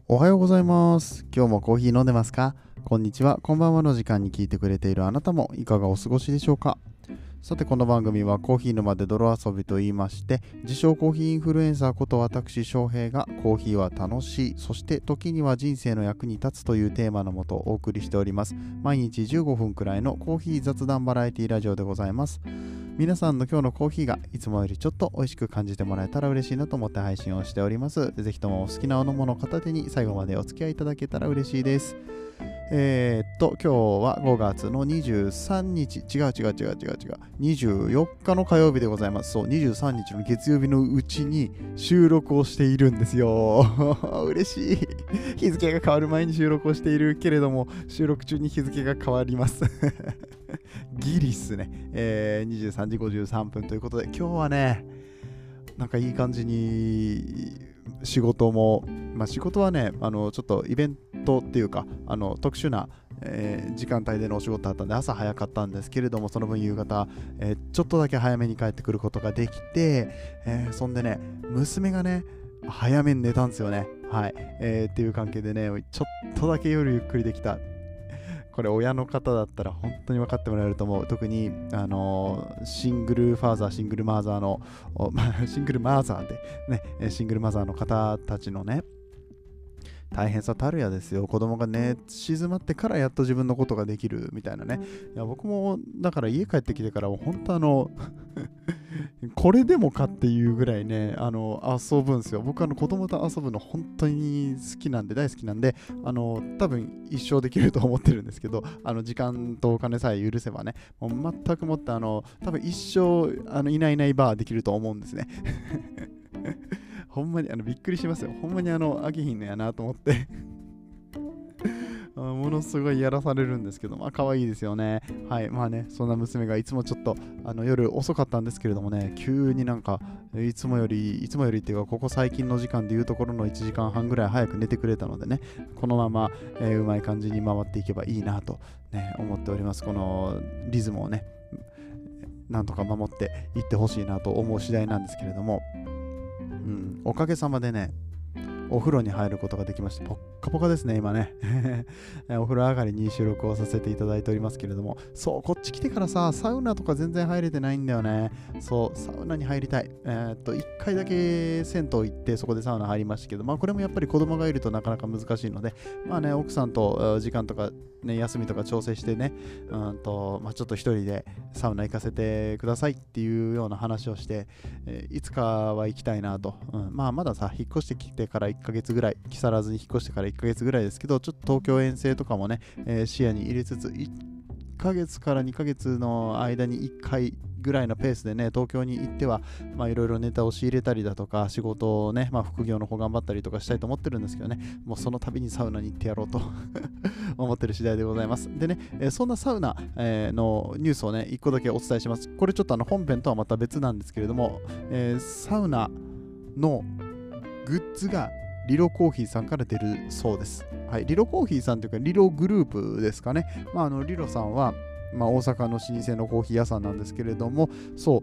おはようございます。今日もコーヒー飲んでますか？こんにちは、こんばんはの時間に聞いてくれているあなたもいかがお過ごしでしょうか？さて、この番組はコーヒー沼で泥遊びと言いまして、自称コーヒーインフルエンサーこと私翔平がコーヒーは楽しい、そして時には人生の役に立つというテーマのもとお送りしております。毎日15分くらいのコーヒー雑談バラエティラジオでございます。皆さんの今日のコーヒーがいつもよりちょっと美味しく感じてもらえたら嬉しいなと思って配信をしております。ぜひともお好きなお飲み物を片手に最後までお付き合いいただけたら嬉しいです。今日は5月の23日、24日の火曜日でございます。そう、23日の月曜日のうちに収録をしているんですよ。嬉しい。日付が変わる前に収録をしているけれども、収録中に日付が変わります。ギリっすね。23時53分ということで、今日はね、なんかいい感じに仕事も、仕事はね、ちょっとイベントっていうか、特殊な、時間帯でのお仕事だったんで、朝早かったんですけれども、その分夕方、ちょっとだけ早めに帰ってくることができて、そんでね、娘がね、早めに寝たんですよね。はい。っていう関係でね、ちょっとだけ夜ゆっくりできた。これ親の方だったら本当に分かってもらえると思う。特に、シングルファーザー、シングルマザーの、シングルマザーでね、シングルマザーの方たちのね、大変さたるやですよ。子供がね、静まってからやっと自分のことができるみたいなね。いや、僕も、だから家帰ってきてから、本当これでもかっていうぐらいね、遊ぶんですよ。僕、子供と遊ぶの本当に好きなんで、大好きなんで、多分一生できると思ってるんですけど、時間とお金さえ許せばね、もう全くもって、多分一生、いないいないバーできると思うんですね。ほんまにびっくりしますよ。ほんまに飽きひんのやなと思ってものすごいやらされるんですけど、可愛いですよね。はい、ね、そんな娘がいつもちょっと夜遅かったんですけれどもね、急になんかいつもよりっていうか、ここ最近の時間でいうところの1時間半ぐらい早く寝てくれたのでね、このまま、うまい感じに回っていけばいいなと、ね、思っております。このリズムをね、なんとか守っていってほしいなと思う次第なんですけれども、おかげさまでね、お風呂に入ることができました。ポッカポカですね、今ね。お風呂上がりに収録をさせていただいておりますけれども、そう、こっち来てからさ、サウナとか全然入れてないんだよね。そう、サウナに入りたい。1回だけ銭湯行って、そこでサウナ入りましたけど、これもやっぱり子供がいるとなかなか難しいので、奥さんと時間とか、ね、休みとか調整してね、ちょっと一人でサウナ行かせてくださいっていうような話をして、いつかは行きたいなと。まださ、引っ越してきてから1ヶ月ぐらい、木更津に引っ越してから1ヶ月ぐらいですけど、ちょっと東京遠征とかもね、視野に入れつつ、1ヶ月から2ヶ月の間に1回ぐらいのペースでね、東京に行っては、いろいろネタを仕入れたりだとか、仕事をね、副業の方頑張ったりとかしたいと思ってるんですけどね、もうその度にサウナに行ってやろうと思ってる次第でございます。でね、そんなサウナ、のニュースをね、1個だけお伝えします。これちょっと本編とはまた別なんですけれども、サウナのグッズがリロコーヒーさんから出るそうです。はい、リロコーヒーさんというか、リログループですかね。リロさんは、大阪の老舗のコーヒー屋さんなんですけれども、そう、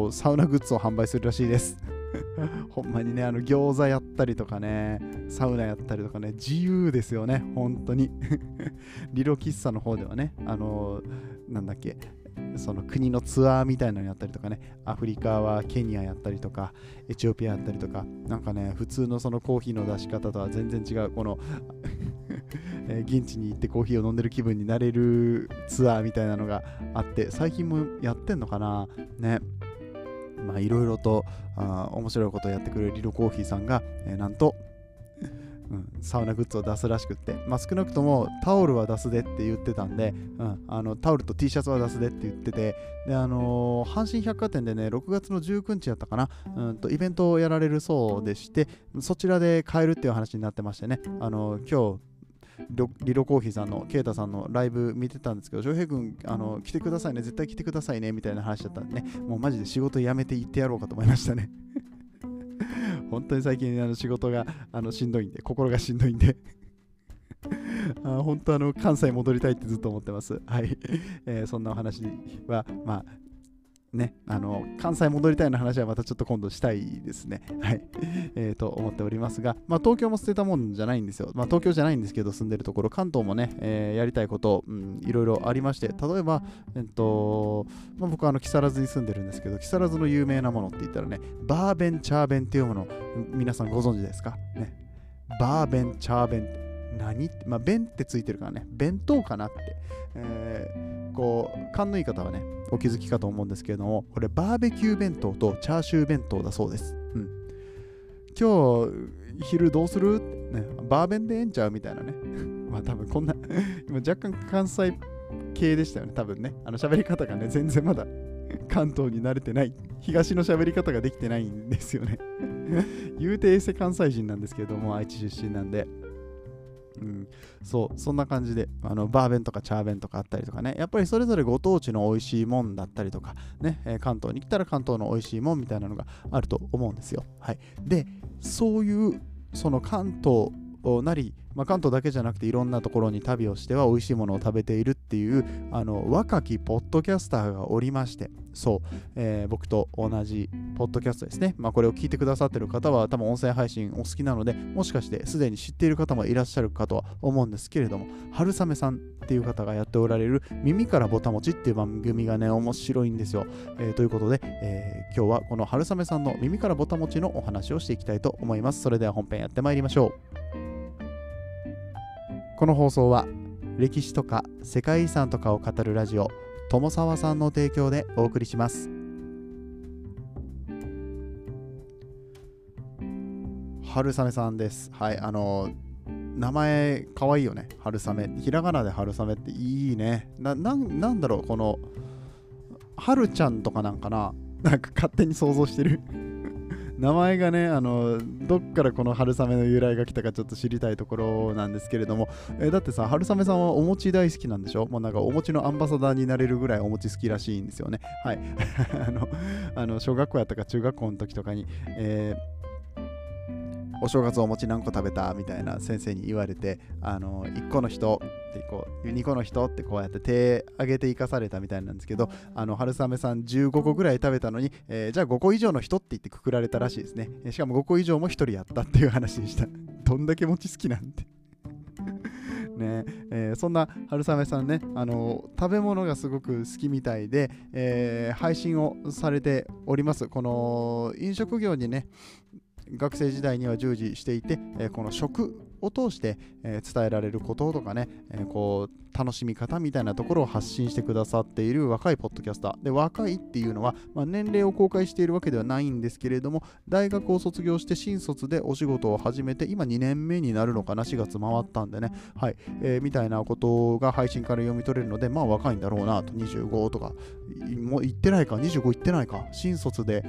サウナグッズを販売するらしいです。ほんまにね、餃子やったりとかね、サウナやったりとかね、自由ですよね、本当に。リロ喫茶の方ではね、なんだっけ、その国のツアーみたいなのやったりとかね、アフリカはケニアやったりとか、エチオピアやったりとか、なんかね、普通のそのコーヒーの出し方とは全然違う、この現地に行ってコーヒーを飲んでる気分になれるツアーみたいなのがあって、最近もやってんのかなね。いろいろと面白いことをやってくれるリロコーヒーさんが、なんと、サウナグッズを出すらしくって、少なくともタオルは出すでって言ってたんで、タオルと T シャツは出すでって言ってて、で阪神百貨店でね、6月の19日やったかな、イベントをやられるそうでして、そちらで買えるっていう話になってましてね、今日リロコーヒーさんのケイタさんのライブ見てたんですけど、翔平君来てくださいね、絶対来てくださいねみたいな話だったんでね、もうマジで仕事辞めて行ってやろうかと思いましたね。本当に最近仕事がしんどいんで、心がしんどいんで本当関西戻りたいってずっと思ってます。はい、そんなお話はね、関西戻りたいの話はまたちょっと今度したいですね。はい。と思っておりますが、まあ、東京も捨てたもんじゃないんですよ。まあ、東京じゃないんですけど、住んでるところ、関東もね、やりたいこと、いろいろありまして、例えば、まあ、僕は木更津に住んでるんですけど、木更津の有名なものって言ったらね、バーベン、チャーベンっていうもの、皆さんご存知ですかね。バーベン、チャーベンって、何って、まあ、弁ってついてるからね、弁当かなって。こう勘のいい方はねお気づきかと思うんですけれども、これバーベキュー弁当とチャーシュー弁当だそうです。今日昼どうする、ね、バーベンでええんちゃうみたいなねまあ多分こんな今若干関西系でしたよね、多分ね。喋り方がね全然まだ関東に慣れてない、東の喋り方ができてないんですよね言うて衛星関西人なんですけれども、愛知出身なんで、そんな感じでバーベンとかチャーベンとかあったりとかね、やっぱりそれぞれご当地の美味しいもんだったりとかね、関東に来たら関東の美味しいもんみたいなのがあると思うんですよ。はい。で、そういうその関東なり、関東だけじゃなくていろんなところに旅をしては美味しいものを食べているっていう若きポッドキャスターがおりまして、そう、僕と同じポッドキャストですね。これを聞いてくださっている方は多分音声配信お好きなので、もしかしてすでに知っている方もいらっしゃるかとは思うんですけれども、春雨さんっていう方がやっておられる耳からぼたもちっていう番組がね面白いんですよ。ということで、今日はこの春雨さんの耳からぼたもちのお話をしていきたいと思います。それでは本編やってまいりましょう。この放送は歴史とか世界遺産とかを語るラジオ友沢さんの提供でお送りします。春雨さんです。はい、名前かわいいよね。春雨、ひらがなで春雨っていいね。なんだろう、この春ちゃんとかなんかな、なんか勝手に想像してる名前がね、どっからこの春雨の由来が来たかちょっと知りたいところなんですけれども、だってさ、春雨さんはお餅大好きなんでしょ。もうなんかお餅のアンバサダーになれるぐらいお餅好きらしいんですよね。はい小学校やったか中学校の時とかに、お正月お餅何個食べたみたいな先生に言われて、1個の人ってこう2個の人ってこうやって手挙げて生かされたみたいなんですけど、春雨さん15個ぐらい食べたのに、じゃあ5個以上の人って言ってくくられたらしいですね。しかも5個以上も1人やったっていう話でした。どんだけ餅好きなんてね。そんな春雨さんね、食べ物がすごく好きみたいで、配信をされております。この飲食業にね学生時代には従事していて、この食を通して、伝えられることとかね、こう楽しみ方みたいなところを発信してくださっている若いポッドキャスターで、若いっていうのは、年齢を公開しているわけではないんですけれども、大学を卒業して新卒でお仕事を始めて今2年目になるのかな、4月回ったんでね、はい、みたいなことが配信から読み取れるので、若いんだろうなと。25とかもう言ってないか、25言ってないか、新卒で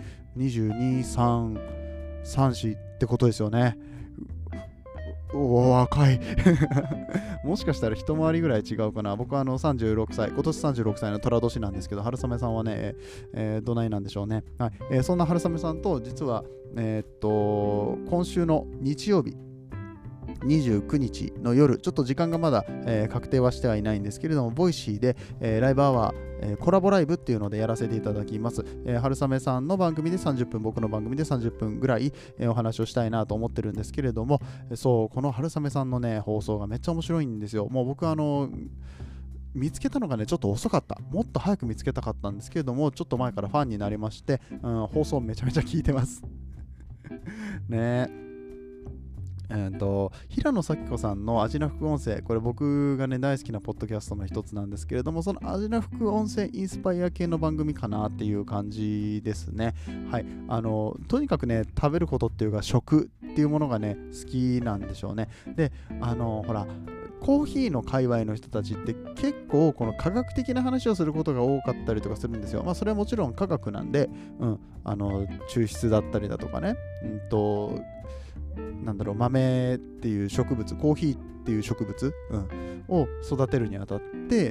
22、3、34ってことですよね。若いもしかしたら一回りぐらい違うかな。僕は36歳、今年36歳の寅年なんですけど、春雨さんはね、どないなんでしょうね。はい。そんな春雨さんと実は、今週の日曜日29日の夜、ちょっと時間がまだ、確定はしてはいないんですけれども、ボイシーで、ライブアワー、コラボライブっていうのでやらせていただきます。春雨さんの番組で30分、僕の番組で30分ぐらい、お話をしたいなと思ってるんですけれども、そう、この春雨さんのね、放送がめっちゃ面白いんですよ。もう僕見つけたのがね、ちょっと遅かった。もっと早く見つけたかったんですけれども、ちょっと前からファンになりまして、放送めちゃめちゃ聞いてますねえ。平野咲子さんの味の副音声、これ僕がね大好きなポッドキャストの一つなんですけれども、その味の副音声インスパイア系の番組かなっていう感じですね。はい。とにかくね、食べることっていうか食っていうものがね好きなんでしょうね。で、ほらコーヒーの界隈の人たちって結構この科学的な話をすることが多かったりとかするんですよ。それはもちろん科学なんで、抽出だったりだとかね、なんだろう、豆っていう植物、コーヒーっていう植物、を育てるにあたって、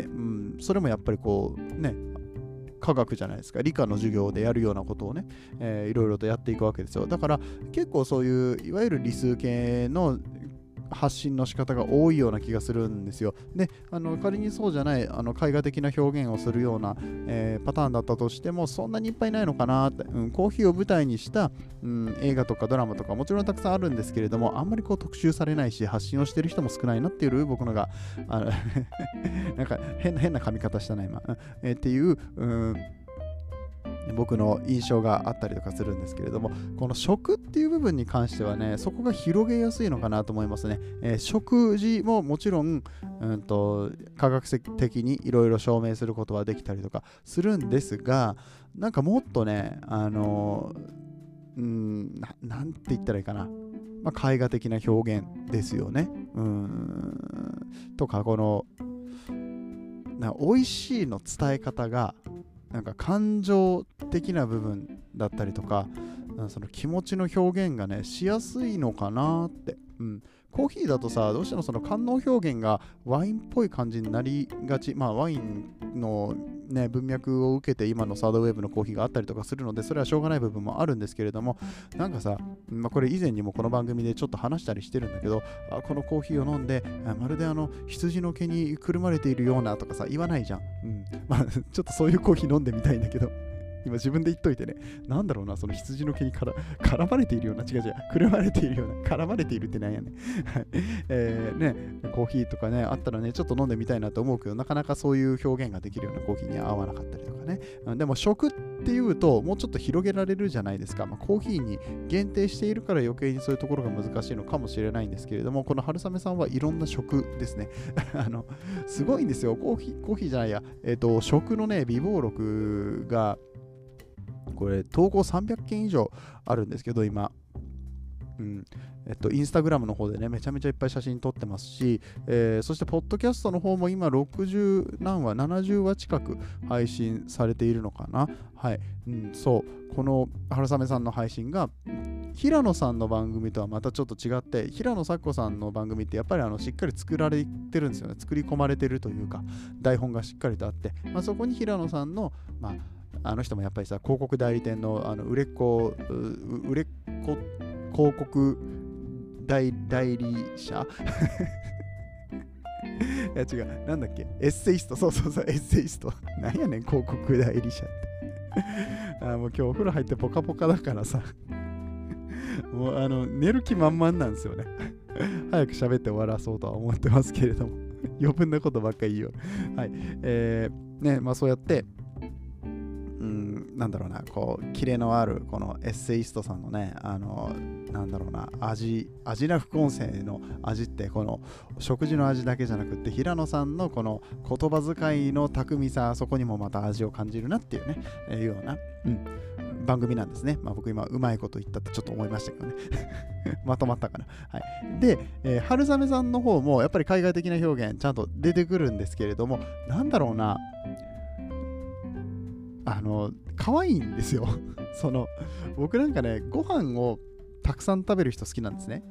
それもやっぱりこうね、科学じゃないですか。理科の授業でやるようなことをね、いろいろとやっていくわけですよ。だから結構そういういわゆる理数系の発信の仕方が多いような気がするんですよ。で、仮にそうじゃない絵画的な表現をするような、パターンだったとしてもそんなにいっぱいないのかなって、コーヒーを舞台にした、映画とかドラマとかもちろんたくさんあるんですけれども、あんまりこう特集されないし発信をしてる人も少ないなっていう僕のがなんか変な髪型したな今、っていう、僕の印象があったりとかするんですけれども、この食っていう部分に関してはね、そこが広げやすいのかなと思いますね。食事ももちろん、科学的にいろいろ証明することはできたりとかするんですが、なんかもっとね、なんて言ったらいいかな、絵画的な表現ですよね。とか、この美味しいの伝え方がなんか感情的な部分だったりとか、その気持ちの表現がねしやすいのかなって、コーヒーだとさ、どうしてもその官能表現がワインっぽい感じになりがち、ワインのね文脈を受けて今のサードウェーブのコーヒーがあったりとかするので、それはしょうがない部分もあるんですけれども、なんかさ、これ以前にもこの番組でちょっと話したりしてるんだけど、このコーヒーを飲んでまるで羊の毛にくるまれているようなとかさ言わないじゃん。ちょっとそういうコーヒー飲んでみたいんだけど今自分で言っといてね、なんだろうな、その羊の毛に絡まれているような、違う違う、くるまれているような、絡まれているってなんやねん。コーヒーとかね、あったらね、ちょっと飲んでみたいなと思うけど、なかなかそういう表現ができるようなコーヒーには合わなかったりとかね。でも食っていうと、もうちょっと広げられるじゃないですか。コーヒーに限定しているから余計にそういうところが難しいのかもしれないんですけれども、この春雨さんはいろんな食ですね。すごいんですよ。コーヒーじゃないや、食のね、備忘録が、これ投稿300件以上あるんですけど今、インスタグラムの方でねめちゃめちゃいっぱい写真撮ってますし、そしてポッドキャストの方も今60何話70話近く配信されているのかな。はい、そうこの春雨さんの配信が平野さんの番組とはまたちょっと違って、平野咲子さんの番組ってやっぱりしっかり作られてるんですよね。作り込まれてるというか台本がしっかりとあって、そこに平野さんのあの人もやっぱりさ、広告代理店の売れっ子広告代理者いや違う、なんだっけ、エッセイスト、そうエッセイストなんやねん広告代理者ってもう今日お風呂入ってポカポカだからさもう寝る気満々なんですよね早く喋って終わらそうとは思ってますけれども余分なことばっかり言うよ。はい、そうやってなんだろうな、こうキレのあるこのエッセイストさんのね、なんだろうな、味な副音声の味って、この食事の味だけじゃなくって、平野さんのこの言葉遣いの巧みさ、そこにもまた味を感じるなっていうね、いうような、番組なんですね。僕今うまいこと言ったってちょっと思いましたけどねまとまったかな。はい、で、春雨さんの方もやっぱり海外的な表現ちゃんと出てくるんですけれども、なんだろうな、可愛いんですよ僕なんかね、ご飯をたくさん食べる人好きなんですね。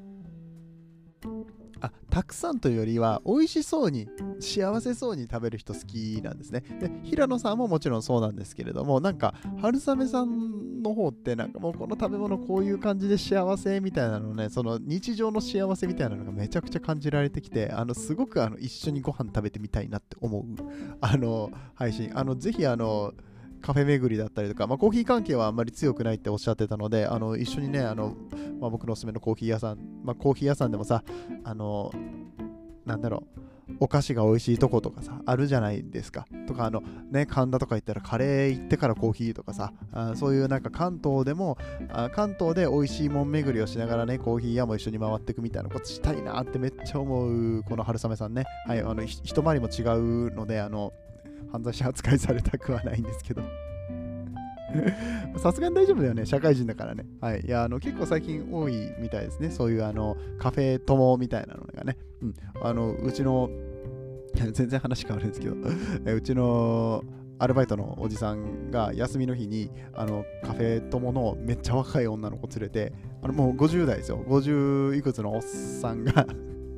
たくさんというよりは美味しそうに幸せそうに食べる人好きなんですね。で、平野さんももちろんそうなんですけれども、なんか春雨さんの方ってなんかもうこの食べ物こういう感じで幸せみたいなのね、その日常の幸せみたいなのがめちゃくちゃ感じられてきて、すごく一緒にご飯食べてみたいなって思う配信、ぜひカフェ巡りだったりとか、コーヒー関係はあんまり強くないっておっしゃってたので、一緒にね、僕のおすすめのコーヒー屋さん、コーヒー屋さんでもさ、なんだろう、お菓子が美味しいとことかさ、あるじゃないですか。とか、神田とか行ったらカレー行ってからコーヒーとかさ、そういうなんか関東で美味しいもん巡りをしながらね、コーヒー屋も一緒に回っていくみたいなことしたいなってめっちゃ思う、この春雨さんね。はい、一回りも違うので、犯罪者扱いされたくはないんですけどさすがに大丈夫だよね、社会人だからね。はい、いや結構最近多いみたいですね、そういうカフェ友みたいなのがね。うちの全然話変わるんですけどうちのアルバイトのおじさんが休みの日にカフェ友のめっちゃ若い女の子連れて、もう50代ですよ、50いくつのおっさんが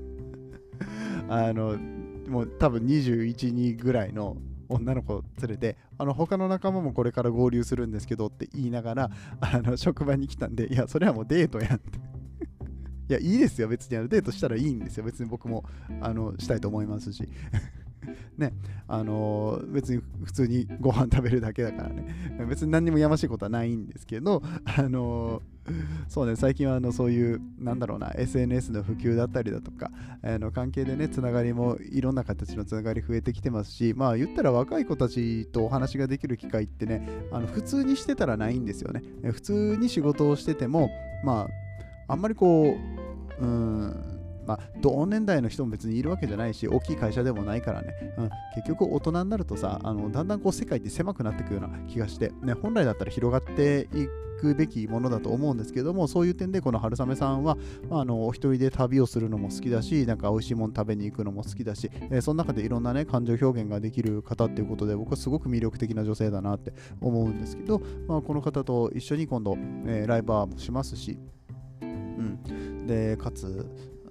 もう多分21、2ぐらいの女の子連れて、他の仲間もこれから合流するんですけどって言いながら職場に来たんで、いやそれはもうデートやんっていや、いいですよ。別にデートしたらいいんですよ。別に僕もしたいと思いますし。ね、別に普通にご飯食べるだけだからね。別に何にもやましいことはないんですけど、そうね、最近はそういう、なんだろうな、SNS の普及だったりだとか、関係でね、つながりもいろんな形のつながり増えてきてますし、まあ言ったら若い子たちとお話ができる機会ってね、普通にしてたらないんですよね。普通に仕事をしてても、まあ、あんまりまあ、同年代の人も別にいるわけじゃないし、大きい会社でもないからね、結局大人になるとさ、だんだん世界って狭くなっていくような気がして、ね、本来だったら広がっていくべきものだと思うんですけども、そういう点でこの春雨さんは、お一人で旅をするのも好きだし、なんか美味しいもの食べに行くのも好きだし、その中でいろんなね、感情表現ができる方っていうことで、僕はすごく魅力的な女性だなって思うんですけど、この方と一緒に今度、ライブもしますし、で、かつ、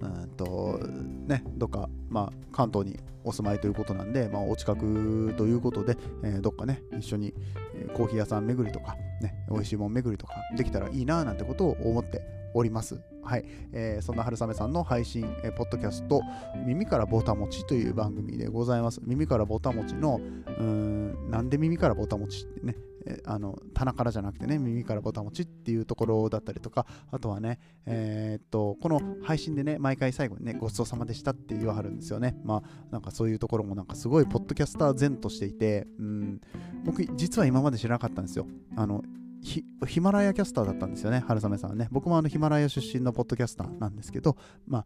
どっか、関東にお住まいということなんで、お近くということで、どっかね、一緒に、コーヒー屋さん巡りとか、ね、美味しいもん巡りとかできたらいいななんてことを思っております。はい、そんな春雨さんの配信、ポッドキャスト、耳からぼたもちという番組でございます。耳からぼたもちの、なんで耳からぼたもちってね、棚からじゃなくてね、耳からぼたもちっていうところだったりとか、あとはね、この配信でね、毎回最後にね、ごちそうさまでしたって言わはるんですよね。なんかそういうところもなんかすごいポッドキャスター前としていて、僕実は今まで知らなかったんですよ。ヒマラヤキャスターだったんですよね、春雨さんはね。僕もヒマラヤ出身のポッドキャスターなんですけど、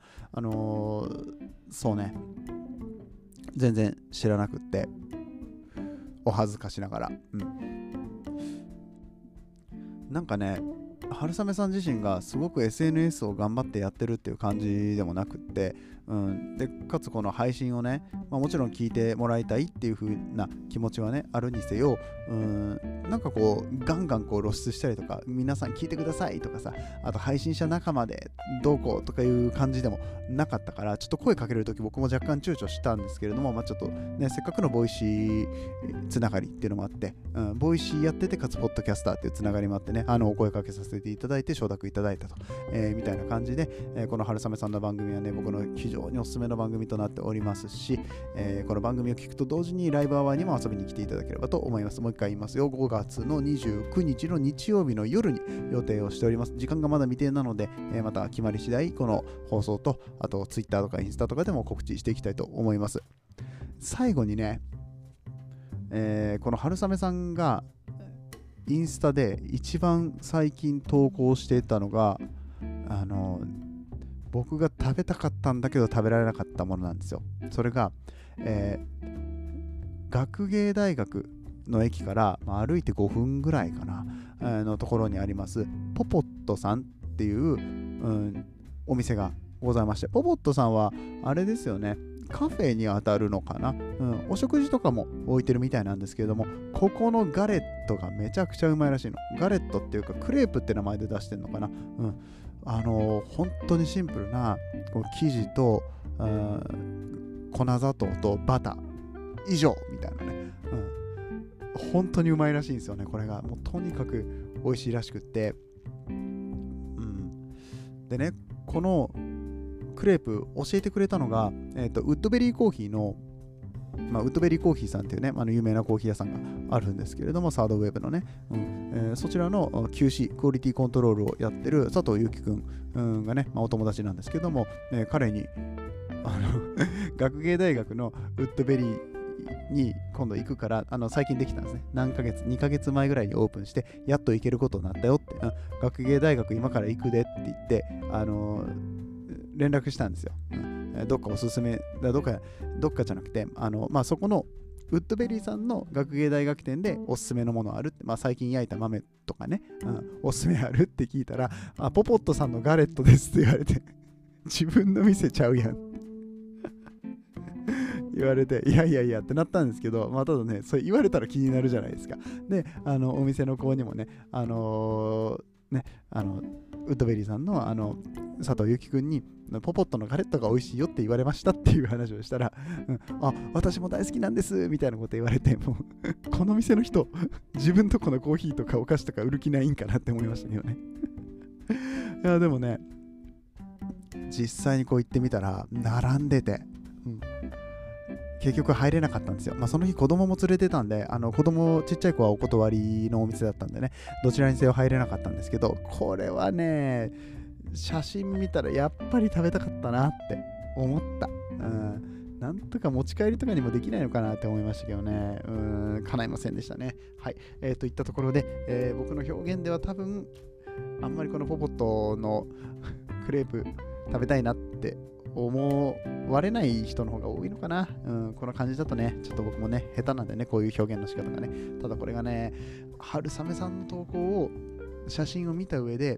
そうね、全然知らなくって、お恥ずかしながら。なんかね、春雨さん自身がすごく SNS を頑張ってやってるっていう感じでもなくって、でかつこの配信をね、もちろん聞いてもらいたいっていう風な気持ちはねあるにせよ、なんかガンガン露出したりとか、皆さん聞いてくださいとかさ、あと配信者仲間でどうこうとかいう感じでもなかったから、ちょっと声かけるとき僕も若干躊躇したんですけれども、ちょっとね、せっかくのボイシーつながりっていうのもあって、ボイシーやっててかつポッドキャスターっていうつながりもあってね、お声かけさせていただいて承諾いただいたと、みたいな感じで、この春雨さんの番組はね、僕の非常におすすめの番組となっておりますし、この番組を聞くと同時にライブアワーにも遊びに来ていただければと思います。もう一回言いますよ。5月の29日の日曜日の夜に予定をしております。時間がまだ未定なので、また決まり次第この放送と、あと Twitter とかインスタとかでも告知していきたいと思います。最後にね、この春雨さんがインスタで一番最近投稿していたのが、僕が食べたかったんだけど食べられなかったものなんですよ。それが、学芸大学の駅から、歩いて5分ぐらいかな、のところにありますポポットさんっていう、お店がございまして、ポポットさんはあれですよね、カフェに当たるのかな、お食事とかも置いてるみたいなんですけれども、ここのガレットがめちゃくちゃうまいらしいの。ガレットっていうかクレープって名前で出してるのかな。本当にシンプルな生地と粉砂糖とバター以上みたいなね、本当にうまいらしいんですよね。これがもうとにかく美味しいらしくって、でね、このクレープ教えてくれたのが、ウッドベリーコーヒーの、ウッドベリーコーヒーさんっていうね、有名なコーヒー屋さんがあるんですけれども、サードウェブのね、そちらの QC、クオリティコントロールをやってる佐藤祐樹くんがね、お友達なんですけども、彼に学芸大学のウッドベリーに今度行くから、最近できたんですね。2ヶ月前ぐらいにオープンして、やっと行けることになったよって、学芸大学今から行くでって言って、連絡したんですよ。どっかおすすめ、どっかじゃなくて、そこのウッドベリーさんの学芸大学店でおすすめのものあるって、最近焼いた豆とかね、おすすめあるって聞いたら、ポポットさんのガレットですって言われて、自分の店ちゃうやん言われて、いやいやいやってなったんですけど、ただね、それ言われたら気になるじゃないですか。で、お店の子にもね、ウッドベリーさんの佐藤由紀くんにポポットのガレットが美味しいよって言われましたっていう話をしたら、私も大好きなんですみたいなこと言われて、もうこの店の人自分とこのコーヒーとかお菓子とか売る気ないんかなって思いましたけどね。いやでもね、 実際にこう行ってみたら並んでて、結局入れなかったんですよ。その日子供も連れてたんで、子供ちっちゃい子はお断りのお店だったんでね、どちらにせよ入れなかったんですけど、これはね、写真見たらやっぱり食べたかったなって思った。なんとか持ち帰りとかにもできないのかなって思いましたけどね、叶いませんでしたね。はい。といったところで、僕の表現では多分、あんまりこのポポットのクレープ食べたいなって思われない人の方が多いのかな。この感じだとね、ちょっと僕もね、下手なんでね、こういう表現の仕方がね。ただこれがね、春雨さんの投稿を、写真を見た上で、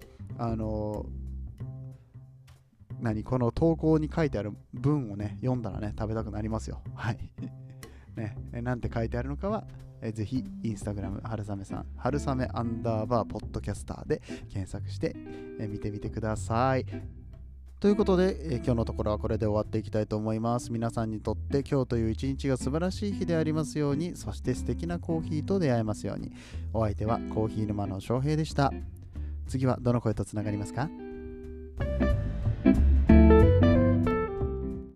この投稿に書いてある文をね、読んだらね、食べたくなりますよ。はい。ね、なんて書いてあるのかは、ぜひ、インスタグラム、春雨さん、春雨_ポッドキャスターで検索して、見てみてください。ということで、今日のところはこれで終わっていきたいと思います。皆さんにとって今日という一日が素晴らしい日でありますように、そして素敵なコーヒーと出会えますように。お相手はコーヒー沼の翔平でした。次はどの声とつながりますか？